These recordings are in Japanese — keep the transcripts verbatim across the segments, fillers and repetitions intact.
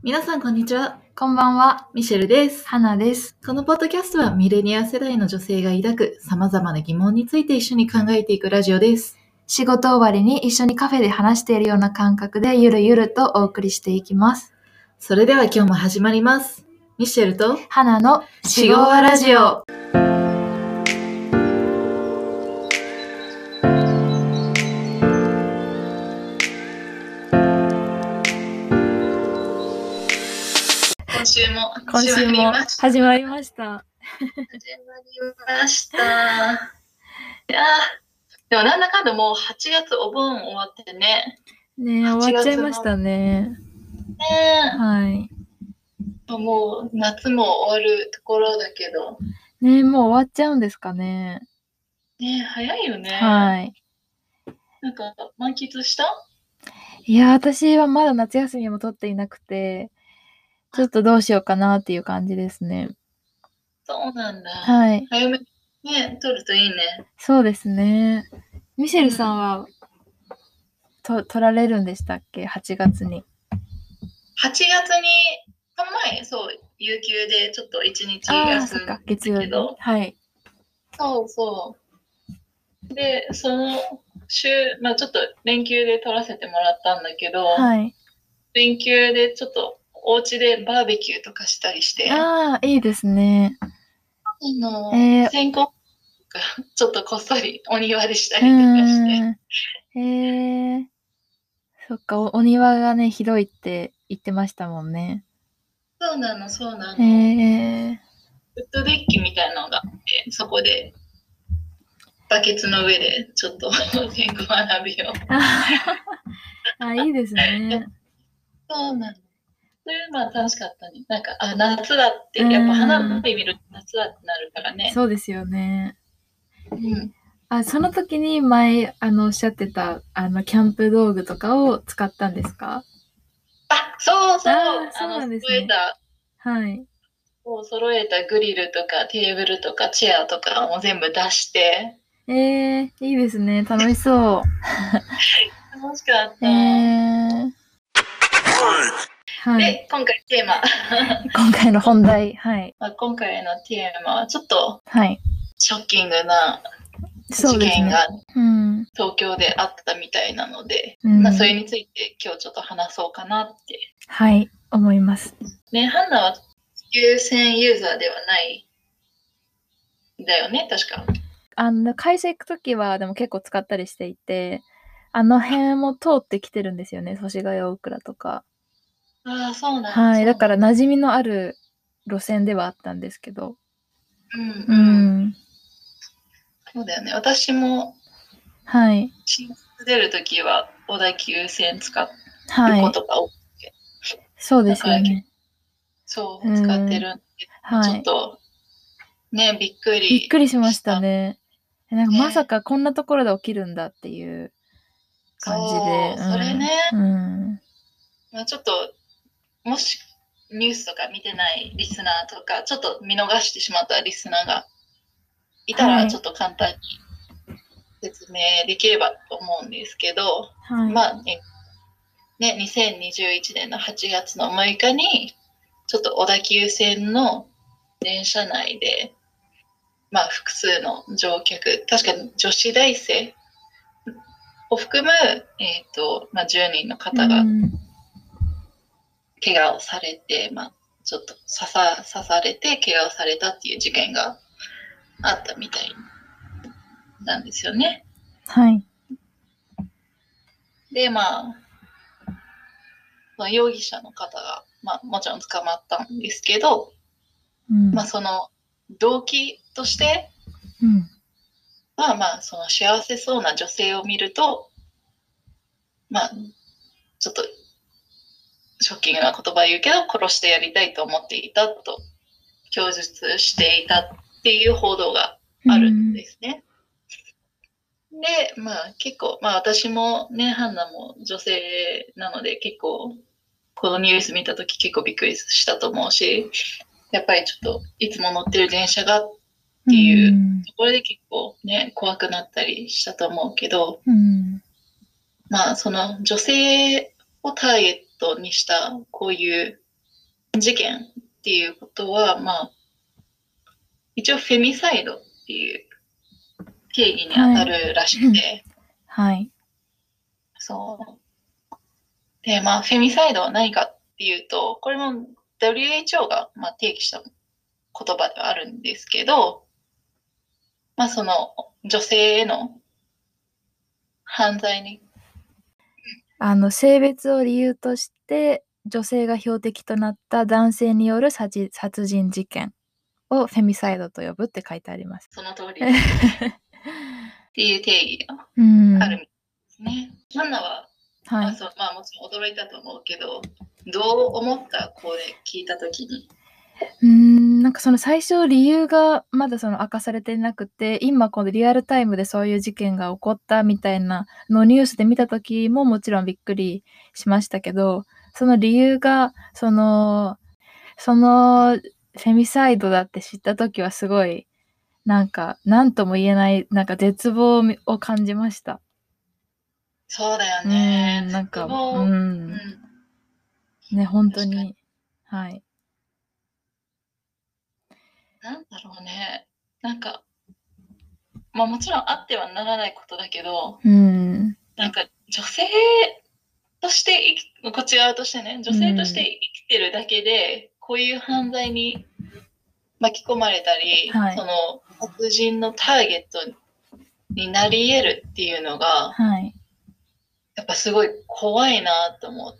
皆さんこんにちは。 こんばんは。 ミシェルです。 花です。 このポッドキャストはミレニア世代の女性が抱く様々な疑問について一緒に考えていくラジオです。 仕事終わりに一緒にカフェで話しているような感覚でゆるゆるとお送りしていきます。 それでは今日も始まります。ミシェルと花のシゴワラジオ。今週も今週も始まりました。 始まりました。いやでもなんだかんだもうはちがつお盆終わってね。 ねえ、終わっちゃいましたね。 ねえ。はい。 もう夏も終わるところだけど。 ねえ、もう終わっちゃうんですかね。 ねえ、早いよね。 はい。 なんか満喫した？ いや、私はまだ夏休みも取っていなくて、ちょっとどうしようかなっていう感じですね。 そうなんだ。 はい。 早めにね、取るといいね。 そうですね。ミシェルさんは、うん、と取られるんでしたっけ？はちがつに。 はちがつに、この前、そう、有給でちょっといちにち休んだけど、 はい。 そうそう。で、その週、まあちょっと連休で取らせてもらったんだけど、 はい。 連休でちょっとお家でバーベキューとかしたりして。 ああ、いいですね。 あの、 えー、 線香とか、ちょっとこっそりお庭でしたりとかして。 へえー、そっか、お、お庭がね、広いって言ってましたもんね。 そうなの、そうなの。 へえー。 ウッドデッキみたいなのがあって、そこでバケツの上でちょっと線香花火を。 あ、いいですね。 そうなの。それまあ楽しかったね。なんか、あ、夏だって、やっぱ花火見ると夏だってなるからね。 そうですよね。 うん。 あ、その時に前、あの、おっしゃってた、あの、キャンプ道具とかを使ったんですか？ あ、そうそう。 あ、そうなんですね。 揃えた、 はい。 こう揃えたグリルとかテーブルとかチェアとかも全部出して。 えー、いいですね。楽しそう。 楽しかった。 えー、 はい。で、今回テーマ。 今回の本題。はい。 まあ、今回のテーマはちょっと、 はい。 ショッキングな事件が東京であったみたいなので、うん、まあそれについて今日ちょっと話そうかなって。 はい、思います。 ね、ハンナは有線ユーザーではないだよね、確か。 あの、会社行くときはでも結構使ったりしていて、あの辺も通ってきてるんですよね、越谷大倉とか。 ああ、そうなんだ。 はい、だから馴染みのある路線ではあったんですけど。 うんうん。うん、そうだよね。私も、はい。新卒出るときは小田急線使うことが多くて、はい。そうですよね。そう、使ってるんで、はい、ちょっと、ね、びっくり。 びっくりしましたね。なんかまさかこんなところで起きるんだっていう感じで。 そう、それね。 うん。 まあ、ちょっと、もしニュースとか見てないリスナーとか、ちょっと見逃してしまったリスナーがいたら、ちょっと簡単に説明できればと思うんですけど、はい、まあね、ね、にせんにじゅういちねんのはちがつのむいかに、ちょっと小田急線の電車内で、まあ複数の乗客、確かに女子大生を含む、えっと、まあじゅうにんの方が怪我をされて、まあちょっと刺さ、刺されて怪我をされたっていう事件があったみたいなんですよね。 はい。 で、まあ、容疑者の方が、まあもちろん捕まったんですけど、うん、まあその動機として、うん、まあまあその幸せそうな女性を見ると、まあちょっとショッキングな言葉言うけど殺してやりたいと思っていたと供述していたっていう報道があるんですね。うん、で、まあ結構、まあ私もね、ハンナも女性なので結構このニュース見たとき結構びっくりしたと思うし、やっぱりちょっといつも乗ってる電車がっていうところで結構ね、怖くなったりしたと思うけど、うん、まあその女性をターゲットにしたこういう事件っていうことは、まあ、一応フェミサイドっていう定義に当たるらしくて、 はい。 そう。で、まあ、フェミサイドは何かっていうと、これも ダブリューエイチオー が、まあ、定義した言葉ではあるんですけど、まあ、その女性への犯罪に。 あの、性別を理由として女性が標的となった男性による殺殺人事件をフェミサイドと呼ぶって書いてあります。 その通りですね。っていう定義があるんですね。ハンナは、 はい、 まあそうまあ、もちろん驚いたと思うけど、どう思った？これ聞いたときに。 うーん、なんかその最初理由がまだその明かされていなくて、今このリアルタイムでそういう事件が起こったみたいなのをニュースで見た時ももちろんびっくりしましたけど、その理由が、その、そのフェミサイドだって知った時はすごい、なんか、なんとも言えない、なんか絶望を感じました。 そうだよね。 うん、なんか、 絶望。 うん。 うん。 ね、本当に。はい。 なんだろうね。なんか、まあもちろんあってはならないことだけど、 うん。 なんか女性として生き、こっち側としてね、女性として生きてるだけで、こういう犯罪に巻き込まれたり、 はい、 その殺人のターゲットになり得るっていうのが、 はい。 やっぱすごい怖いなと思って。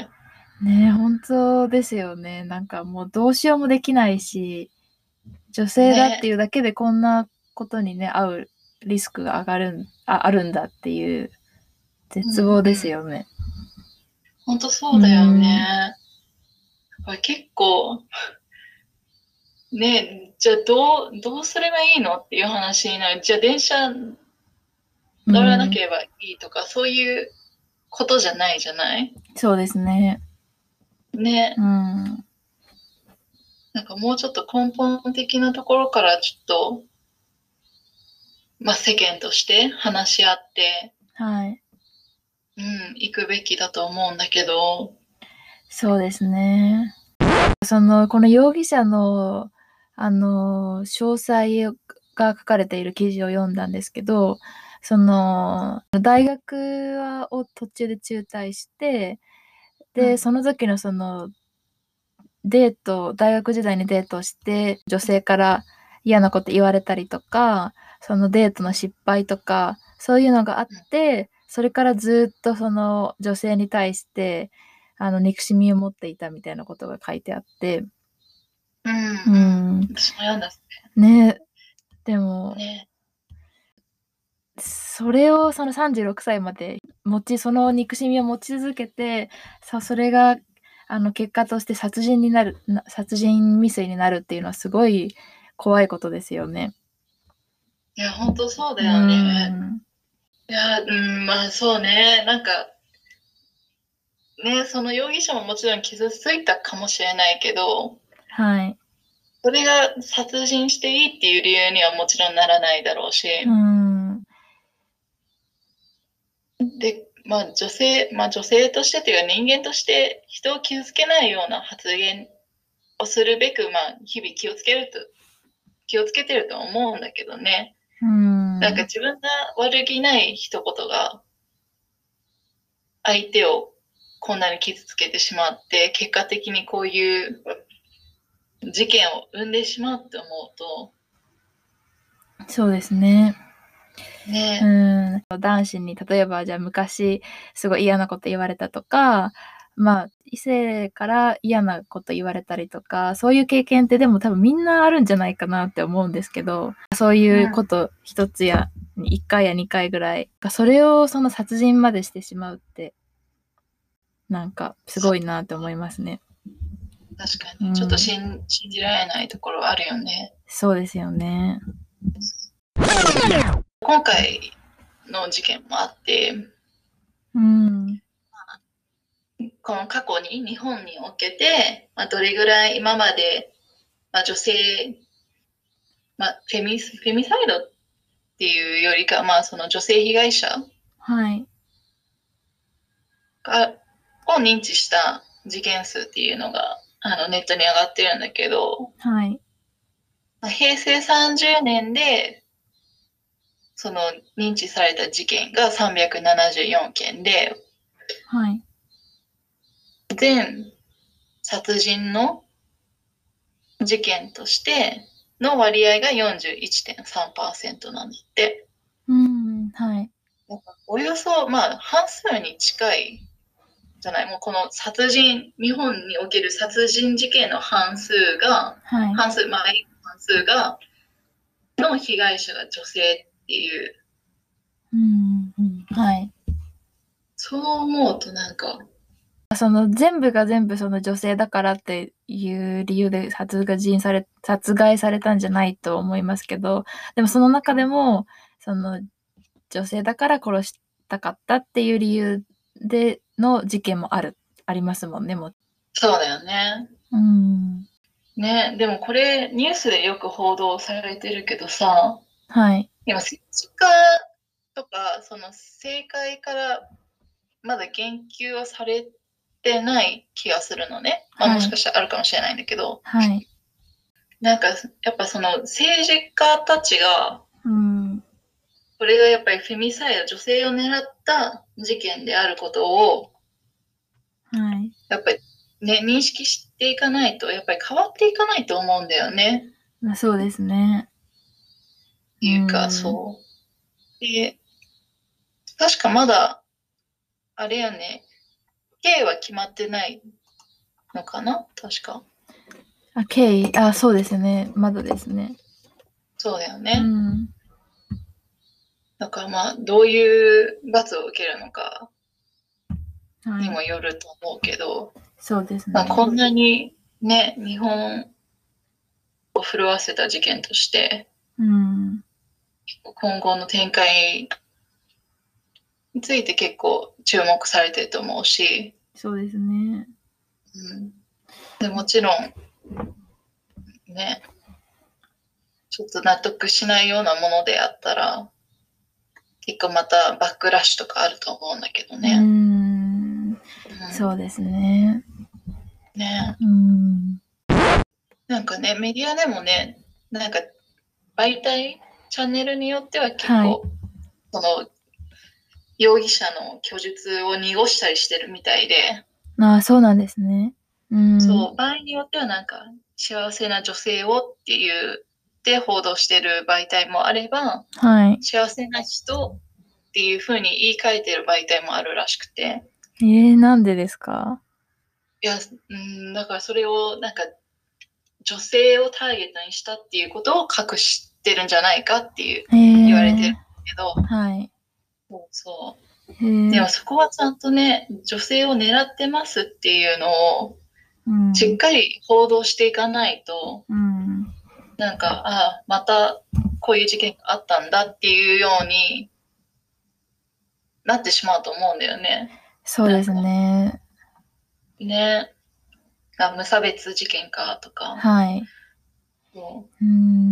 ね、本当ですよね。なんかもうどうしようもできないし、女性だっていうだけでこんなことにね、遭うリスクが上がるん、あ、あるんだっていう絶望ですよね。 本当そうだよね。これ結構、ね、じゃあどう、どうすればいいのっていう話になる。じゃあ電車乗らなければいいとか、そういうことじゃないじゃない？ そうですね。 ね。 うん。 なんかもうちょっと根本的なところからちょっと、まあ世間として話し合って、 はい。 うん、行くべきだと思うんだけど。 そうですね。その、この容疑者の、あの、詳細が書かれている記事を読んだんですけど、その、大学を途中で中退して、で、その時のその、デート、大学時代にデートして、女性から嫌なこと言われたりとか、そのデートの失敗とか、そういうのがあって、それからずっとその女性に対して、あの、憎しみを持っていたみたいなことが書いてあって、 うん、 ううん。 ん。 私も読んだっすね。ね、でも、 ね。 それをそのさんじゅうろくさいまで持ち、その憎しみを持ち続けて、さ、それが、あの、結果として殺人になる、な殺人未遂になるっていうのはすごい怖いことですよね。 いや、本当そううだよね。 ん。 いや、うん、まあそうね。なんか、ね、その容疑者ももちろん傷ついたかもしれないけど、 はい。 それが殺人していいっていう理由にはもちろんならないだろうし、 うん。 で、まあ女性、まあ女性としてというか人間として人を傷つけないような発言をするべく、まあ日々気をつけると、気をつけてると思うんだけどね。 うん。 なんか自分が悪気ない一言が相手をこんなに傷つけてしまって、結果的にこういう事件を生んでしまうって思うと、 そうですね。 ね。 うん。男子に例えばじゃあ昔すごい嫌なこと言われたとか、まあ、異性から嫌なこと言われたりとか、そういう経験ってでも多分みんなあるんじゃないかなって思うんですけど、そういうこと一つや一回や二回ぐらい、それをその殺人までしてしまうって、なんかすごいなって思いますね。 確かに。ちょっと信信じられないところあるよね。 そうですよね。 今回の事件もあって、 うん。 この過去に日本におけて、まあ、どれぐらい今まで、まあ、女性、まあ、フェミ、フェミサイドっていうよりか、まあ、その女性被害者はい。 がを認知した事件数っていうのがあのネットに上がってるんだけど、 はい。 平成さんじゅうねんで、その認知された事件がさんびゃくななじゅうよんけんで、 はい。 全殺人の事件としての割合が よんじゅういってんさんパーセント なんだって。 うん、はい。 およそ、まあ、半数に近いじゃない。もうこの殺人、日本における殺人事件の半数が、 はい。 半数、まあ、半数が、の被害者が女性っていう。 うん、うん、はい。 そう思うとなんか、 その全部が全部その女性だからっていう理由で殺害され、殺害されたんじゃないと思いますけど、でもその中でも、その女性だから殺したかったっていう理由での事件もある、ありますもんね、もう。 そうだよね。 うん。 ね、でもこれニュースでよく報道されてるけどさ、 はい。 今、政治家とか、その政界からまだ言及はされてない気がするのね。まあ、 はい。 もしかしたらあるかもしれないんだけど、 はい。 なんか、やっぱその政治家たちが、 うん。 これがやっぱりフェミサイド、女性を狙った事件であることを、 はい。 やっぱりね、認識していかないと、やっぱり変わっていかないと思うんだよね。 まあ、そうですね。 っていうか、 うん。 そう。で、確かまだ、あれよね、刑は決まってないのかな確か。 あ、経緯、あ、そうですね。まだですね。 そうだようね。 ん。 だからまあ、どういう罰を受けるのかにもはい。 よると思うけど、 そうですね。 まあ、こんなにね、日本を震わせた事件として、 うん。 今後の展開について結構注目されてると思うし、 そうですね。 うん、でもちろん、ね、ちょっと納得しないようなものであったら、結構またバックラッシュとかあると思うんだけどうーね。 ん。 うん、 そうですね。 ね。 うん。 なんかね、メディアでもね、なんか媒体、チャンネルによっては結はい。 構、その容疑者の供述を濁したりしてるみたいで、 ああ、そうなんですね。うん。 そう、場合によってはなんか幸せな女性をっていうで報道してる媒体もあれば、 はい。 幸せな人っていう風に言い換えてる媒体もあるらしくて、 えー、なんでですか？ いや、うん、だからそれをなんか女性をターゲットにしたっていうことを隠してるんじゃないかっていうえー、 言われてるけど、 はい。 そうそう。 えー、 でもそこはちゃんとね、女性を狙ってますっていうのをうん。 しっかり報道していかないと、 うん。 なんか、ああ、またこういう事件があったんだっていうようになってしまうと思うんだよね。 そうですね。 ね。あ、無差別事件かとか。 はい。 そううん、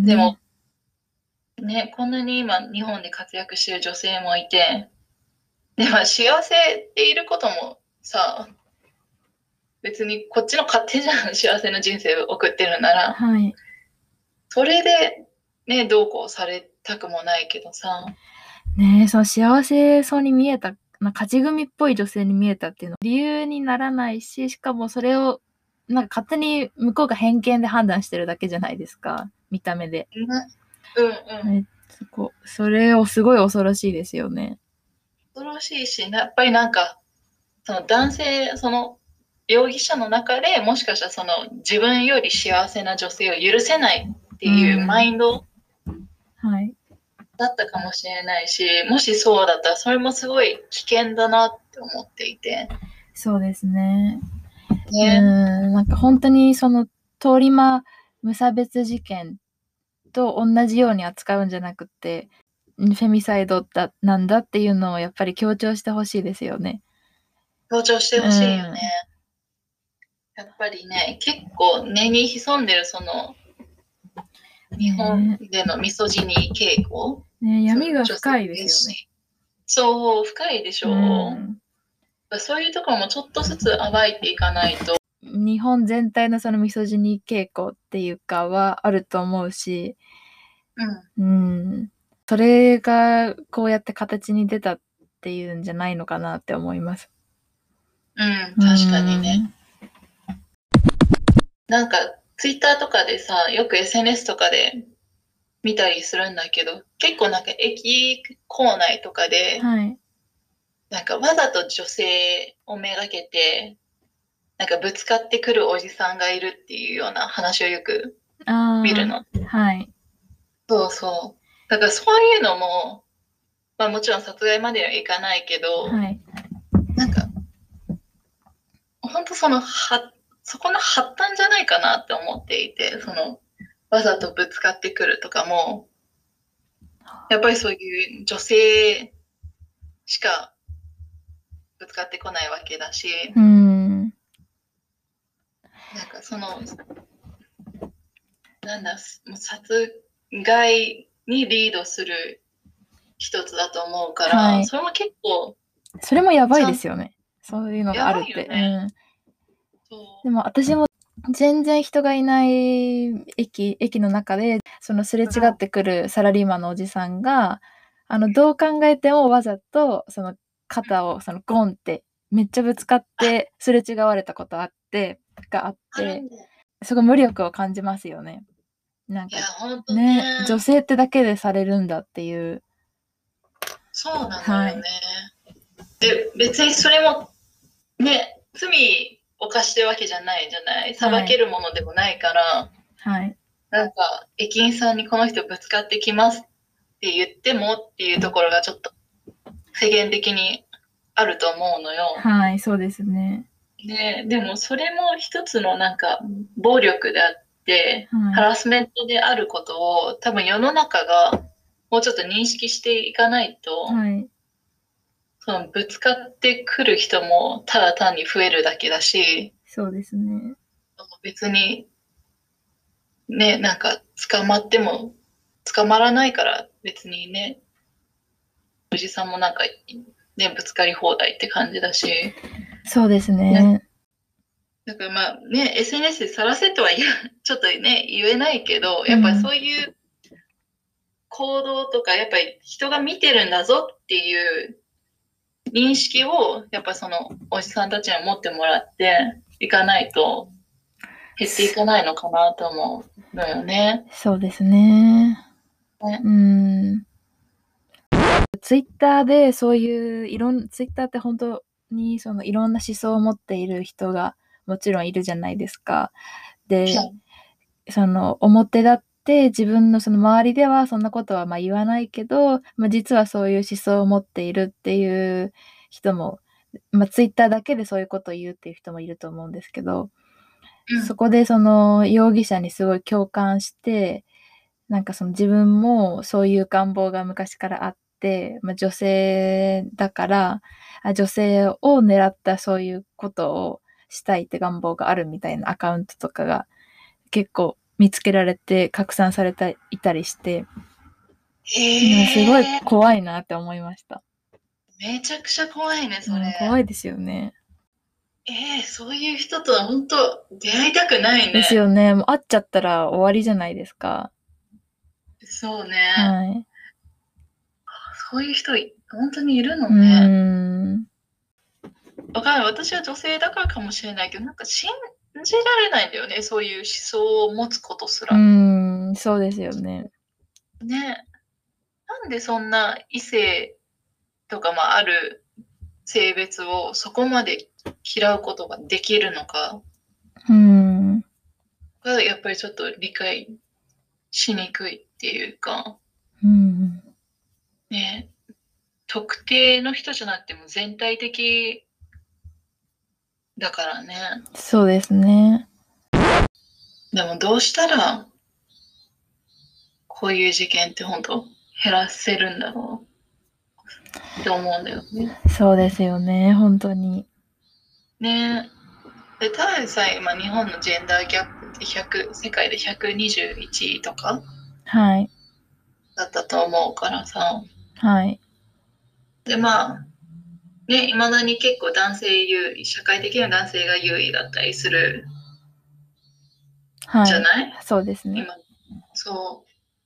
でも、 ね。 ね、こんなに今日本で活躍してる女性もいて、でも幸せでいることもさ、別にこっちの勝手じゃん、幸せな人生を送ってるなら。 はい。 それで、ね、どうこうされたくもないけどさ。 ねえ、その幸せそうに見えた、まあ、勝ち組っぽい女性に見えたっていうのは理由にならないし、しかもそれを、なんか勝手に向こうが偏見で判断してるだけじゃないですか。見た目で。 うんうん。 ね、そこ、それをすごい恐ろしいですよね。 恐ろしいし、やっぱりなんか、その男性、その容疑者の中でもしかしたらその自分より幸せな女性を許せないっていうマインドはい。 だったかもしれないし、もしそうだったらそれもすごい危険だなって思っていて。 そうですね。 ね、 うん、なんか本当にその通り魔無差別事件と同じように扱うんじゃなくて、フェミサイドだなんだっていうのをやっぱり強調してほしいですよね。 強調してほしいよね。やっぱりね、結構根に潜んでるその日本でのミソジニー傾向、 ね、闇が深いですよね。 そう、深いでしょう。うん、そういうところもちょっとずつ暴いていかないと。 日本全体のそのミソジニ傾向っていうかはあると思うし、うん、うん、それがこうやって形に出たっていうんじゃないのかなって思います。 うん、確かにね。なんか、ツイッターとかでさ、よく エスエヌエス とかで見たりするんだけど、結構なんか駅構内とかで、 はい、 なんかわざと女性をめがけて、なんかぶつかってくるおじさんがいるっていうような話をよく見るの。 はい。 そうそう。だからそういうのも、まあもちろん殺害まではいかないけど、 はい、 なんか、本当その、は、そこの発端じゃないかなって思っていて、その、わざとぶつかってくるとかも、やっぱりそういう女性しかぶつかってこないわけだし、 うん、 なんかその、なんだ、もう殺害にリードする一つだと思うから、はい、それも結構、 それもやばいですよね。そういうのがあるって。 ね、 うん。でも私も全然人がいない駅、駅の中で、そのすれ違ってくるサラリーマンのおじさんが、あの、どう考えてもわざと、その肩をそのゴンってめっちゃぶつかってすれ違われたことあって、があって、すごい無力を感じますよね。なんか、ね、ね、女性ってだけでされるんだっていう。 そうなのよね。はい、で、別にそれも、ね、罪犯してるわけじゃないじゃない。裁けるものでもないから、はい。なんか、駅員さんにこの人ぶつかってきますって言ってもっていうところがちょっと世間的にあると思うのよ。 はい、そうですね。 ね、でもそれも一つのなんか暴力であって、はい、ハラスメントであることを多分世の中がもうちょっと認識していかないと、はい、そのぶつかってくる人もただ単に増えるだけだし、 そうですね。 別にね、なんか捕まっても捕まらないから別にね、おじさんもなんかね、ぶつかり放題って感じだし。 そうですね。 だからまあね、エスエヌエス で晒せとは言う、ちょっとね、言えないけど、やっぱりそういう行動とか、やっぱり人が見てるんだぞっていう認識を、やっぱそのおじさんたちに持ってもらっていかないと、減っていかないのかなと思うのよね。 そうですね。ね、うん。ツイッターでそういういろん、ツイッターって本当にそのいろんな思想を持っている人がもちろんいるじゃないですか。で、その表立って自分のその周りではそんなことはまあ言わないけど、まあ、実はそういう思想を持っているっていう人も、まあ、ツイッターだけでそういうことを言うっていう人もいると思うんですけど、うん、そこでその容疑者にすごい共感して、なんかその自分もそういう願望が昔からあって、まあ、女性だから、女性を狙ったそういうことをしたいって願望があるみたいなアカウントとかが結構見つけられて拡散されていたりして、 へすごい怖いなって思いました。 めちゃくちゃ怖いね、それ。うん、 怖いですよね。 えー、そういう人とは本当出会いたくないね。 ですよね。もう会っちゃったら終わりじゃないですか。 そうね。 はい。 そういう人、本当にいるのね。 うん。 わかんない。私は女性だからかもしれないけど、なんか信じられないんだよね。そういう思想を持つことすら。 うん、そうですよね。 ね。なんでそんな異性とか、まあ、ある性別をそこまで嫌うことができるのか。 うん。 がやっぱりちょっと理解しにくいっていうか。 うん。 ね。特定の人じゃなくても全体的だからね。 そうですね。 でもどうしたらこういう事件って本当減らせるんだろうって思うんだよね。 そうですよね、本当に。 ねえ。で、ただでさえ今日本のジェンダーギャップってひゃく、世界でひゃくにじゅういちいとかはい。 だったと思うからさ。 はい。 で、まあ、 ね、いまだに結構男性優位、社会的な男性が優位だったりする、 はい、 じゃない？ そうですね。 今そう。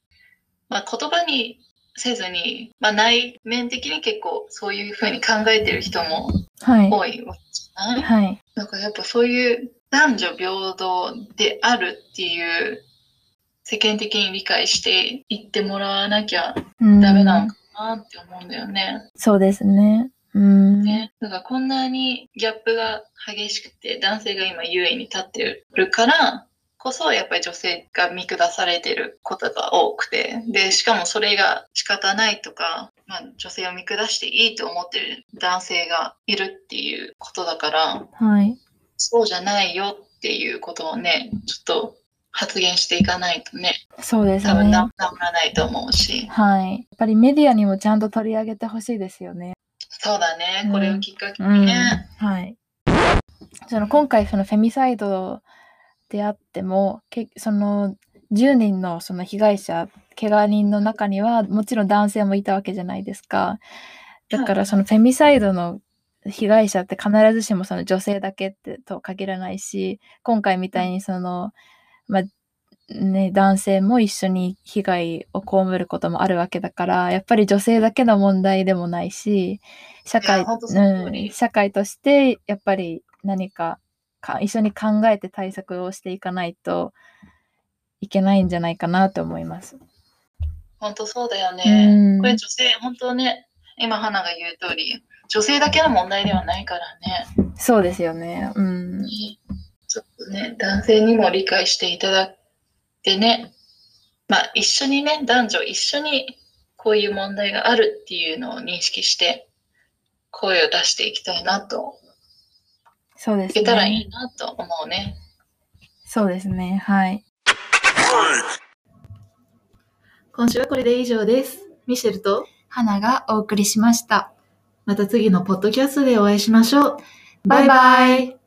まあ、言葉にせずに、まあ、内面的に結構そういうふうに考えてる人も多いわけじゃない？ はい。 なんかやっぱそういう男女平等であるっていう世間的に理解していってもらわなきゃダメなのかなって思うんだよね。 そうですね。うんね、なんかこんなにギャップが激しくて男性が今優位に立ってるからこそやっぱり女性が見下されてることが多くて、でしかもそれが仕方ないとか、まあ、女性を見下していいと思ってる男性がいるっていうことだから、 はい、 そうじゃないよっていうことをねちょっと発言していかないとね、 そうですね、 多分治らないと思うし、 はい、やっぱりメディアにもちゃんと取り上げてほしいですよね。 そうだね、これをきっかけにね、 うんうん、はい、その今回そのフェミサイドであってもけそのじゅうにんのその被害者怪我人の中にはもちろん男性もいたわけじゃないですか。だからそのフェミサイドの被害者って必ずしもその女性だけってと限らないし、今回みたいにその、まあね、男性も一緒に被害を被ることもあるわけだから、やっぱり女性だけの問題でもないし、社会、うん、社会としてやっぱり何かか一緒に考えて対策をしていかないといけないんじゃないかなと思います。 本当そうだよね。これ女性、本当ね、今花が言う通り、女性だけの問題ではないからね。 そうですよね。うん。 ちょっとね、男性にも理解していただいてね、まあ一緒にね、男女一緒にこういう問題があるっていうのを認識して、声を出していきたいなと。 そうですね。 いけたらいいなと思うね。 そうですね。はい。 今週はこれで以上です。ミシェルと花がお送りしました。 また次のポッドキャストでお会いしましょう。 バイバイ。